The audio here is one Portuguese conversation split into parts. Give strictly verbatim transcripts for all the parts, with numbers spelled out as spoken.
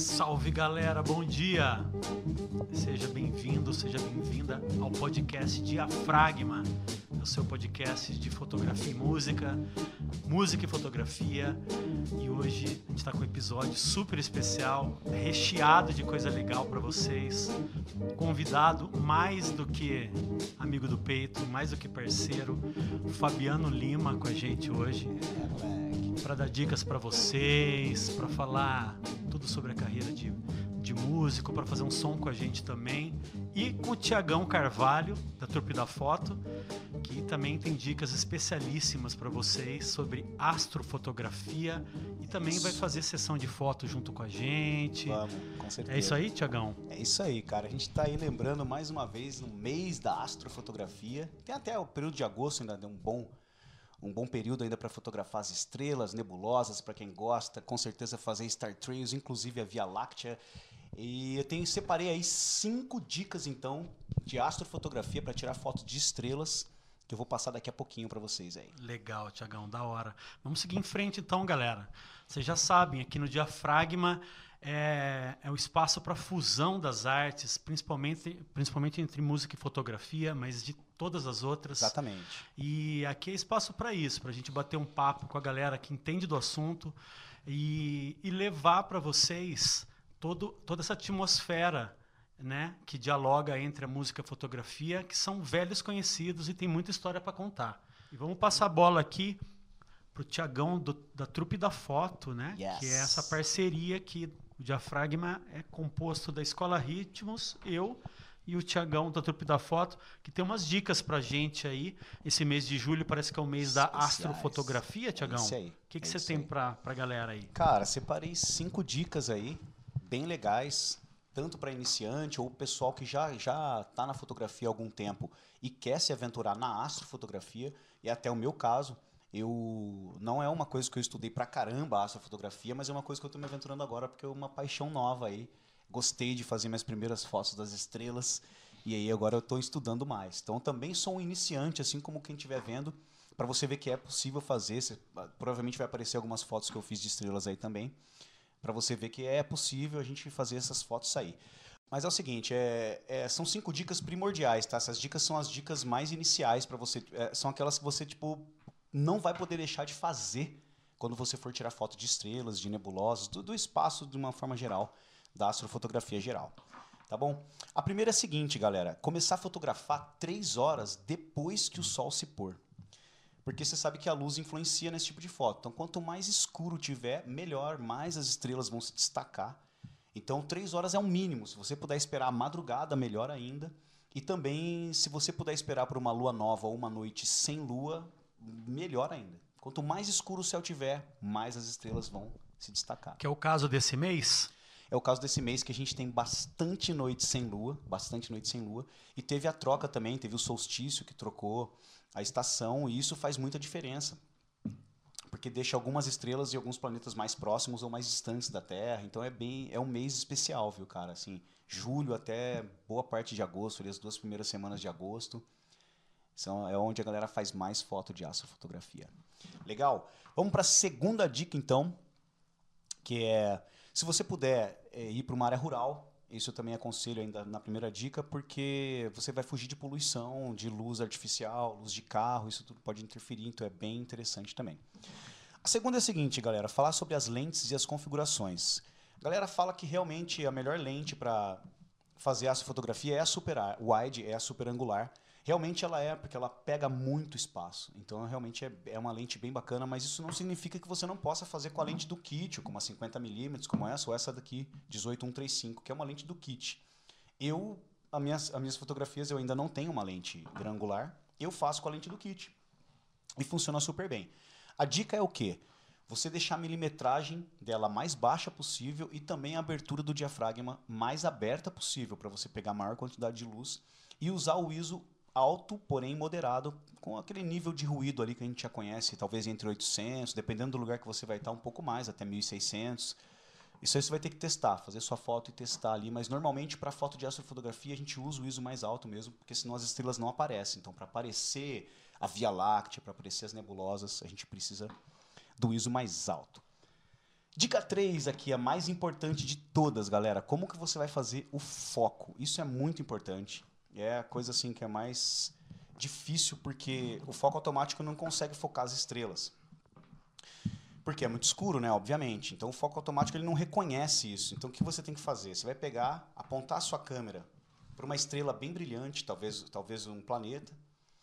Salve galera, bom dia! Seja bem-vindo, seja bem-vinda ao podcast Diafragma, o seu podcast de fotografia e música, música e fotografia. E hoje a gente está com um episódio super especial, recheado de coisa legal para vocês. Convidado mais do que amigo do peito, mais do que parceiro, o Fabiano Lima com a gente hoje. Para dar dicas para vocês, para falar tudo sobre a carreira de, de músico, para fazer um som com a gente também. E com o Tiagão Carvalho, da Trupe da Foto, que também tem dicas especialíssimas para vocês sobre astrofotografia e também vai fazer sessão de foto junto com a gente. Vamos, com certeza. É isso aí, Tiagão? É isso aí, cara. A gente está aí lembrando mais uma vez no mês da astrofotografia. Tem até o período de agosto, ainda deu um bom... Um bom período ainda para fotografar as estrelas, nebulosas, para quem gosta, com certeza fazer Star Trails, inclusive a Via Láctea. E eu tenho, separei aí cinco dicas, então, de astrofotografia para tirar foto de estrelas, que eu vou passar daqui a pouquinho para vocês aí. Legal, Tiagão, da hora. Vamos seguir em frente então, galera. Vocês já sabem, aqui no Diafragma é, é o espaço para fusão das artes, principalmente, principalmente entre música e fotografia, mas de todas as outras. Exatamente. E aqui é espaço para isso, para a gente bater um papo com a galera que entende do assunto e, e levar para vocês todo, toda essa atmosfera, né, que dialoga entre a música e a fotografia, que são velhos conhecidos e tem muita história para contar. E vamos passar a bola aqui para o Tiagão da Trupe da Foto, né, Yes. que é essa parceria que o Diafragma é composto da Escola Ritmos, eu e o Tiagão da Trupe da Foto, que tem umas dicas pra gente aí. Esse mês de julho parece que é o mês da astrofotografia, Tiagão. É isso aí. O que, que é você tem aí. pra, pra galera aí? Cara, separei cinco dicas aí, bem legais, tanto para iniciante ou pessoal que já já está na fotografia há algum tempo e quer se aventurar na astrofotografia. E até o meu caso, eu não é uma coisa que eu estudei pra caramba a astrofotografia, mas é uma coisa que eu estou me aventurando agora porque é uma paixão nova aí. Gostei de fazer minhas primeiras fotos das estrelas e aí agora eu estou estudando mais. Então também sou um iniciante, assim como quem estiver vendo, para você ver que é possível fazer. Você, provavelmente vai aparecer algumas fotos que eu fiz de estrelas aí também, para você ver que é possível a gente fazer essas fotos sair. Mas é o seguinte, é, é, são cinco dicas primordiais, tá? Essas dicas são as dicas mais iniciais para você, é, são aquelas que você tipo não vai poder deixar de fazer quando você for tirar foto de estrelas, de nebulosas, do, do espaço de uma forma geral, da astrofotografia geral. Tá bom? A primeira é a seguinte, galera. Começar a fotografar três horas depois que o sol se pôr. Porque você sabe que a luz influencia nesse tipo de foto. Então, quanto mais escuro tiver, melhor, mais as estrelas vão se destacar. Então, três horas é um mínimo. Se você puder esperar a madrugada, melhor ainda. E também, se você puder esperar por uma lua nova ou uma noite sem lua, melhor ainda. Quanto mais escuro o céu tiver, mais as estrelas vão se destacar. Que é o caso desse mês? É o caso desse mês que a gente tem bastante noite sem lua, bastante noite sem lua, e teve a troca também, teve o solstício que trocou a estação, e isso faz muita diferença, porque deixa algumas estrelas e alguns planetas mais próximos ou mais distantes da Terra. Então é bem, é um mês especial, viu, cara? Assim, julho até boa parte de agosto, ali, as duas primeiras semanas de agosto, são, é onde a galera faz mais foto de astrofotografia. Legal? Vamos para a segunda dica, então, que é... Se você puder é, ir para uma área rural, isso eu também aconselho ainda na primeira dica, porque você vai fugir de poluição, de luz artificial, luz de carro, isso tudo pode interferir, então é bem interessante também. A segunda é a seguinte, galera, falar sobre as lentes e as configurações. A galera fala que realmente a melhor lente para fazer essa fotografia é a super wide, é a super angular. Realmente ela é, porque ela pega muito espaço. Então, realmente é, é uma lente bem bacana, mas isso não significa que você não possa fazer com a lente do kit, como a cinquenta milímetros, como essa, ou essa daqui, dezoito um trinta e cinco, que é uma lente do kit. Eu, as minhas, as minhas fotografias, eu ainda não tenho uma lente granular, eu faço com a lente do kit. E funciona super bem. A dica é o quê? Você deixar a milimetragem dela mais baixa possível e também a abertura do diafragma mais aberta possível, para você pegar a maior quantidade de luz e usar o I S O alto, porém moderado, com aquele nível de ruído ali que a gente já conhece, talvez entre oitocentos, dependendo do lugar que você vai estar, um pouco mais, até mil e seiscentos. Isso aí você vai ter que testar, fazer sua foto e testar ali, mas normalmente para foto de astrofotografia a gente usa o I S O mais alto mesmo, porque senão as estrelas não aparecem. Então, para aparecer a Via Láctea, para aparecer as nebulosas, a gente precisa do I S O mais alto. Dica três aqui, a mais importante de todas, galera. Como que você vai fazer o foco? Isso é muito importante. É a coisa assim que é mais difícil, porque o foco automático não consegue focar as estrelas. Porque é muito escuro, né? Obviamente. Então o foco automático ele não reconhece isso. Então o que você tem que fazer? Você vai pegar, apontar a sua câmera para uma estrela bem brilhante, talvez, talvez um planeta.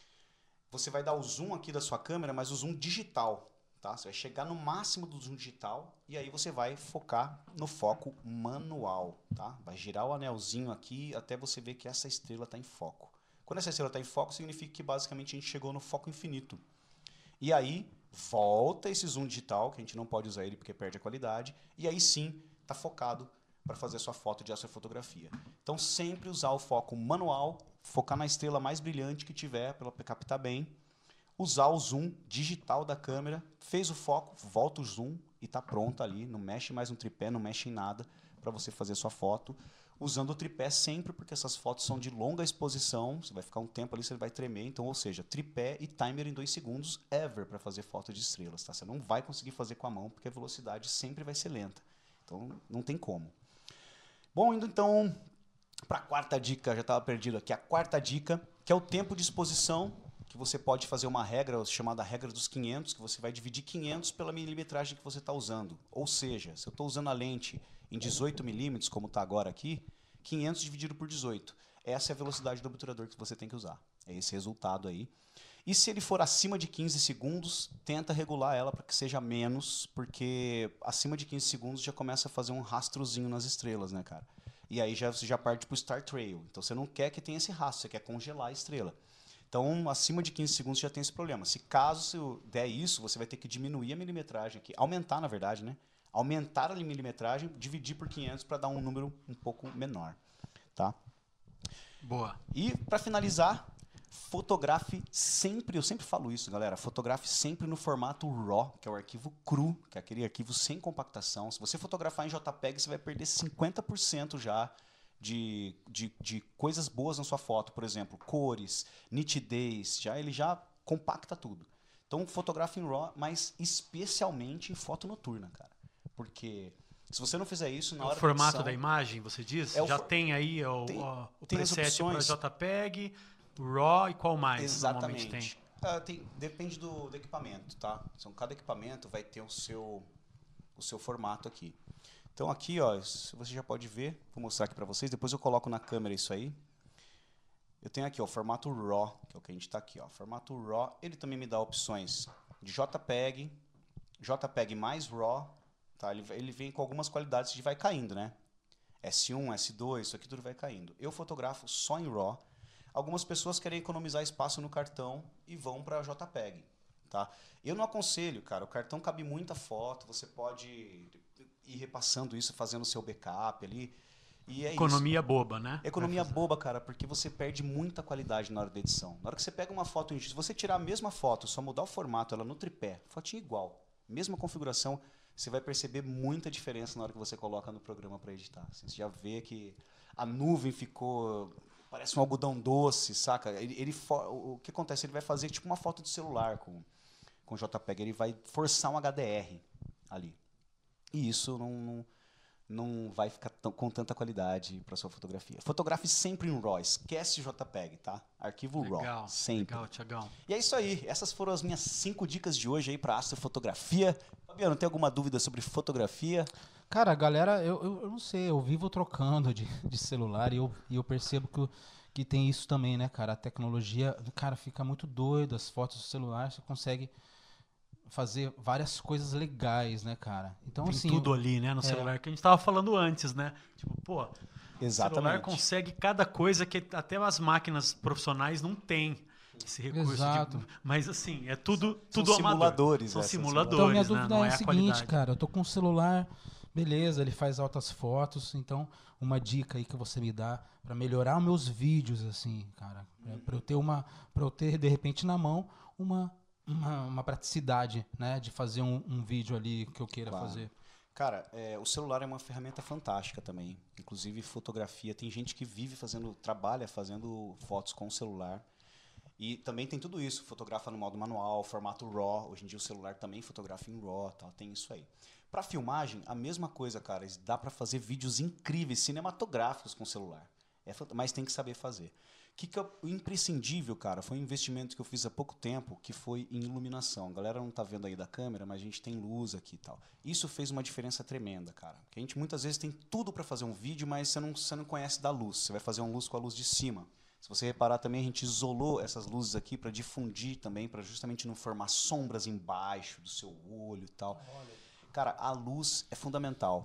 Você vai dar o zoom aqui da sua câmera, mas o zoom digital. Tá? Você vai chegar no máximo do zoom digital e aí você vai focar no foco manual. Tá? Vai girar o anelzinho aqui até você ver que essa estrela está em foco. Quando essa estrela está em foco, significa que basicamente a gente chegou no foco infinito. E aí volta esse zoom digital, que a gente não pode usar ele porque perde a qualidade, e aí sim está focado para fazer a sua foto de astrofotografia. Então sempre usar o foco manual, focar na estrela mais brilhante que tiver para captar bem, usar o zoom digital da câmera, fez o foco, volta o zoom e está pronto ali, não mexe mais no tripé, não mexe em nada para você fazer sua foto, usando o tripé sempre, porque essas fotos são de longa exposição, você vai ficar um tempo ali, você vai tremer, então, ou seja, tripé e timer em dois segundos, ever, para fazer foto de estrelas, tá? Você não vai conseguir fazer com a mão, porque a velocidade sempre vai ser lenta, então não tem como. Bom, indo então para a quarta dica, já estava perdido aqui, a quarta dica, que é o tempo de exposição, que você pode fazer uma regra chamada regra dos quinhentos, que você vai dividir quinhentos pela milimetragem que você está usando. Ou seja, se eu estou usando a lente em dezoito milímetros, como está agora aqui, quinhentos dividido por dezoito. Essa é a velocidade do obturador que você tem que usar. É esse resultado aí. E se ele for acima de quinze segundos, tenta regular ela para que seja menos, porque acima de quinze segundos já começa a fazer um rastrozinho nas estrelas, né, cara? E aí já, você já parte para o Star Trail. Então você não quer que tenha esse rastro, você quer congelar a estrela. Então, acima de quinze segundos já tem esse problema. Se caso der isso, você vai ter que diminuir a milimetragem aqui. Aumentar, na verdade, né? Aumentar a milimetragem, dividir por quinhentos para dar um número um pouco menor. Tá? Boa. E, para finalizar, fotografe sempre, eu sempre falo isso, galera, fotografe sempre no formato RAW, que é o arquivo cru, que é aquele arquivo sem compactação. Se você fotografar em JPEG, você vai perder cinquenta por cento já De, de, de coisas boas na sua foto, por exemplo, cores, nitidez, já ele já compacta tudo. Então fotografe em RAW, mas especialmente em foto noturna, cara. Porque se você não fizer isso na é hora o formato da edição, da imagem, você diz? é o Já for... tem aí o, tem, o, o tem preset para opções... JPEG, RAW e qual mais Exatamente. normalmente tem? Ah, tem? Depende do, do equipamento, tá? Então, cada equipamento vai ter o seu, o seu formato aqui. Então aqui, ó, você já pode ver, vou mostrar aqui para vocês, depois eu coloco na câmera isso aí. Eu tenho aqui ó, o formato RAW, que é o que a gente está aqui. Ó. O formato RAW, ele também me dá opções de JPEG, JPEG mais RAW, tá? ele, ele vem com algumas qualidades que vai caindo, né? S um, S dois, isso aqui tudo vai caindo. Eu fotografo só em RAW. Algumas pessoas querem economizar espaço no cartão e vão para JPEG. Tá? Eu não aconselho, cara, o cartão cabe muita foto, você pode ir repassando isso, fazendo o seu backup ali. E é Economia isso. boba, né? Economia boba, cara, porque você perde muita qualidade na hora da edição. Na hora que você pega uma foto, se você tirar a mesma foto, só mudar o formato, ela no tripé, fotinha igual, mesma configuração, você vai perceber muita diferença na hora que você coloca no programa para editar. Você já vê que a nuvem ficou... Parece um algodão doce, saca? Ele, ele, o que acontece? Ele vai fazer tipo uma foto de celular com, com JPEG. Ele vai forçar um H D R ali. E isso não, não, não vai ficar tão, com tanta qualidade para sua fotografia. Fotografe sempre em RAW. Esquece JPEG, tá? Arquivo legal, RAW. Sempre. Legal, Thiagão. E é isso aí. Essas foram as minhas cinco dicas de hoje aí para astrofotografia. Fabiano, tem alguma dúvida sobre fotografia? Cara, galera, eu, eu, eu não sei, eu vivo trocando de, de celular e eu, e eu percebo que, que tem isso também, né, cara? A tecnologia, cara, fica muito doido, as fotos do celular, você consegue fazer várias coisas legais, né, cara? Então, tem assim, tudo ali, né, no é. celular, que a gente tava falando antes, né? Tipo, pô, exatamente. O celular consegue cada coisa que até as máquinas profissionais não têm. Esse recurso. Exato. De, mas assim, é tudo, são tudo simuladores. São essa, simuladores, então, minha né? dúvida Não é é a a seguinte, qualidade. cara, eu tô com um celular, beleza, ele faz altas fotos, então uma dica aí que você me dá para melhorar os meus vídeos, assim, cara, para eu ter uma, para eu ter de repente na mão uma, uma, uma praticidade, né, de fazer um, um vídeo ali que eu queira claro. fazer. Cara, é, o celular é uma ferramenta fantástica também. Inclusive fotografia, tem gente que vive fazendo, trabalha fazendo fotos com o celular. E também tem tudo isso, fotografa no modo manual, formato RAW. Hoje em dia o celular também fotografa em RAW, tá? Tem isso aí. Pra filmagem, a mesma coisa, cara. Dá pra fazer vídeos incríveis, cinematográficos com celular. É, mas tem que saber fazer. O que, que é o imprescindível, cara? Foi um investimento que eu fiz há pouco tempo, que foi em iluminação. A galera não tá vendo aí da câmera, mas a gente tem luz aqui e tal. Isso fez uma diferença tremenda, cara. Porque a gente muitas vezes tem tudo pra fazer um vídeo, mas você não, você não conhece da luz. Você vai fazer uma luz com a luz de cima. Se você reparar também, a gente isolou essas luzes aqui para difundir também, para justamente não formar sombras embaixo do seu olho e tal. Cara, a luz é fundamental.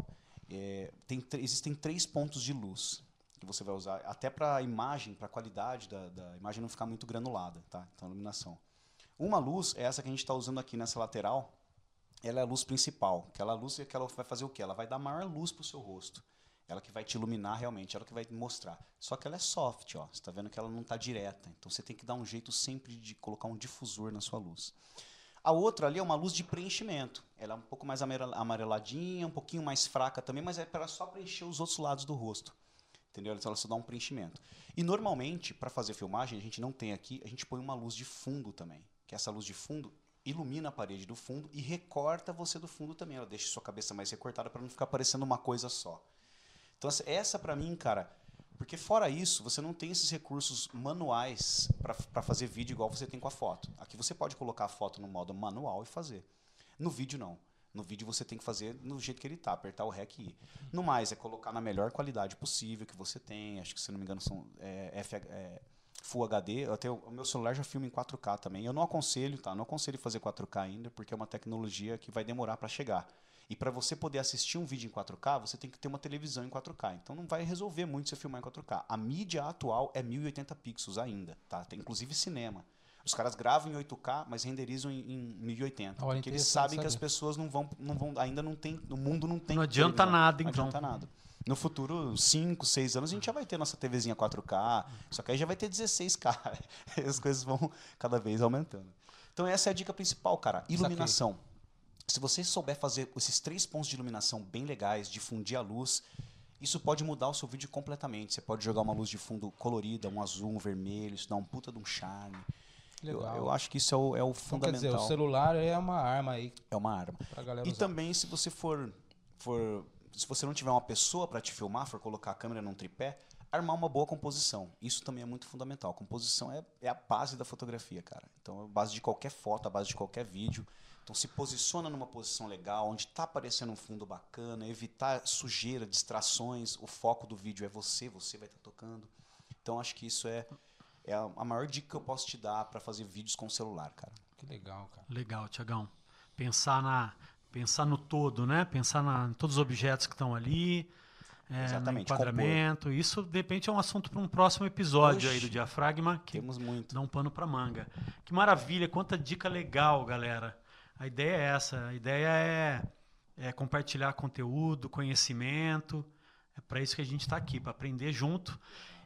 É, tem, existem três pontos de luz que você vai usar, até para a imagem, para a qualidade da, da imagem não ficar muito granulada, tá? Então, iluminação. Uma luz é essa que a gente está usando aqui nessa lateral, ela é a luz principal. Aquela luz é que ela vai fazer o quê? Ela vai dar maior luz para o seu rosto. Ela que vai te iluminar realmente, ela que vai te mostrar. Só que ela é soft, ó. Você está vendo que ela não está direta. Então você tem que dar um jeito sempre de colocar um difusor na sua luz. A outra ali é uma luz de preenchimento. Ela é um pouco mais amareladinha, um pouquinho mais fraca também, mas é para só preencher os outros lados do rosto. Entendeu? Então ela só dá um preenchimento. E normalmente, para fazer filmagem, a gente não tem aqui, a gente põe uma luz de fundo também. Que essa luz de fundo ilumina a parede do fundo e recorta você do fundo também. Ela deixa sua cabeça mais recortada para não ficar parecendo uma coisa só. Então essa pra mim, cara, porque fora isso, você não tem esses recursos manuais para fazer vídeo igual você tem com a foto. Aqui você pode colocar a foto no modo manual e fazer. No vídeo não. No vídeo você tem que fazer no jeito que ele tá, apertar o REC e ir. No mais, é colocar na melhor qualidade possível que você tem. Acho que, se não me engano, são é, F, é, Full H D. Eu até, o meu celular já filma em quatro K também. Eu não aconselho, tá? Não aconselho fazer quatro K ainda, porque é uma tecnologia que vai demorar para chegar. E para você poder assistir um vídeo em quatro K, você tem que ter uma televisão em quatro K. Então não vai resolver muito você filmar em quatro K. A mídia atual é mil e oitenta pixels ainda, tá? Tem inclusive cinema. Os caras gravam em oito K, mas renderizam em, em mil e oitenta. Olha, porque eles sabem que as pessoas não vão, não vão, ainda não tem, no mundo não tem. Não adianta nada, então. Não adianta nada. No futuro, cinco, seis anos, a gente já vai ter nossa TVzinha quatro K, só que aí já vai ter dezesseis K. As coisas vão cada vez aumentando. Então essa é a dica principal, cara. Iluminação. Se você souber fazer esses três pontos de iluminação bem legais, difundir a luz, isso pode mudar o seu vídeo completamente. Você pode jogar uma luz de fundo colorida, um azul, um vermelho, isso dá um puta de um charme. Eu, eu acho que isso é o, é o então, fundamental. Quer dizer, o celular é uma arma aí. É uma arma. Pra galera e usar. também, se você for, for... Se você não tiver uma pessoa para te filmar, for colocar a câmera num tripé, armar uma boa composição. Isso também é muito fundamental. A composição é, é a base da fotografia, cara. Então, é a base de qualquer foto, a base de qualquer vídeo. Então, se posiciona numa posição legal, onde está aparecendo um fundo bacana, evitar sujeira, distrações. O foco do vídeo é você, você vai estar tocando. Então, acho que isso é, é a maior dica que eu posso te dar para fazer vídeos com o celular, cara. Que legal, cara. Legal, Tiagão. Pensar, na, pensar no todo, né? Pensar na, em todos os objetos que estão ali. É, Exatamente, no enquadramento. Compor. Isso, de repente, é um assunto para um próximo episódio. Oxi, aí do Diafragma, que temos muito. dá um pano para manga. Que maravilha, quanta dica legal, galera. A ideia é essa. A ideia é, é compartilhar conteúdo, conhecimento. É para isso que a gente está aqui, para aprender junto.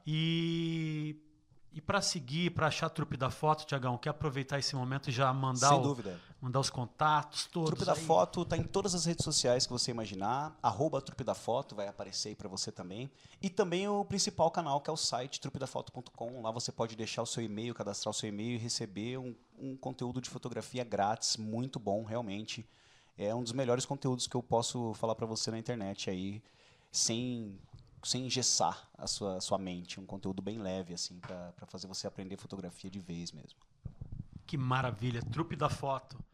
E, e para seguir, para achar a Trupe da Foto, Tiagão, quer aproveitar esse momento e já mandar, Sem o, dúvida. mandar os contatos todos? Trupe da aí. Foto está em todas as redes sociais que você imaginar. Arroba Trupe da Foto vai aparecer aí para você também. E também o principal canal, que é o site trupe da foto ponto com. Lá você pode deixar o seu e-mail, cadastrar o seu e-mail e receber um, um conteúdo de fotografia grátis, muito bom, realmente. É um dos melhores conteúdos que eu posso falar para você na internet aí, sem... sem engessar a sua, sua mente. Um conteúdo bem leve, assim, para fazer você aprender fotografia de vez mesmo. Que maravilha. Trupe da Foto.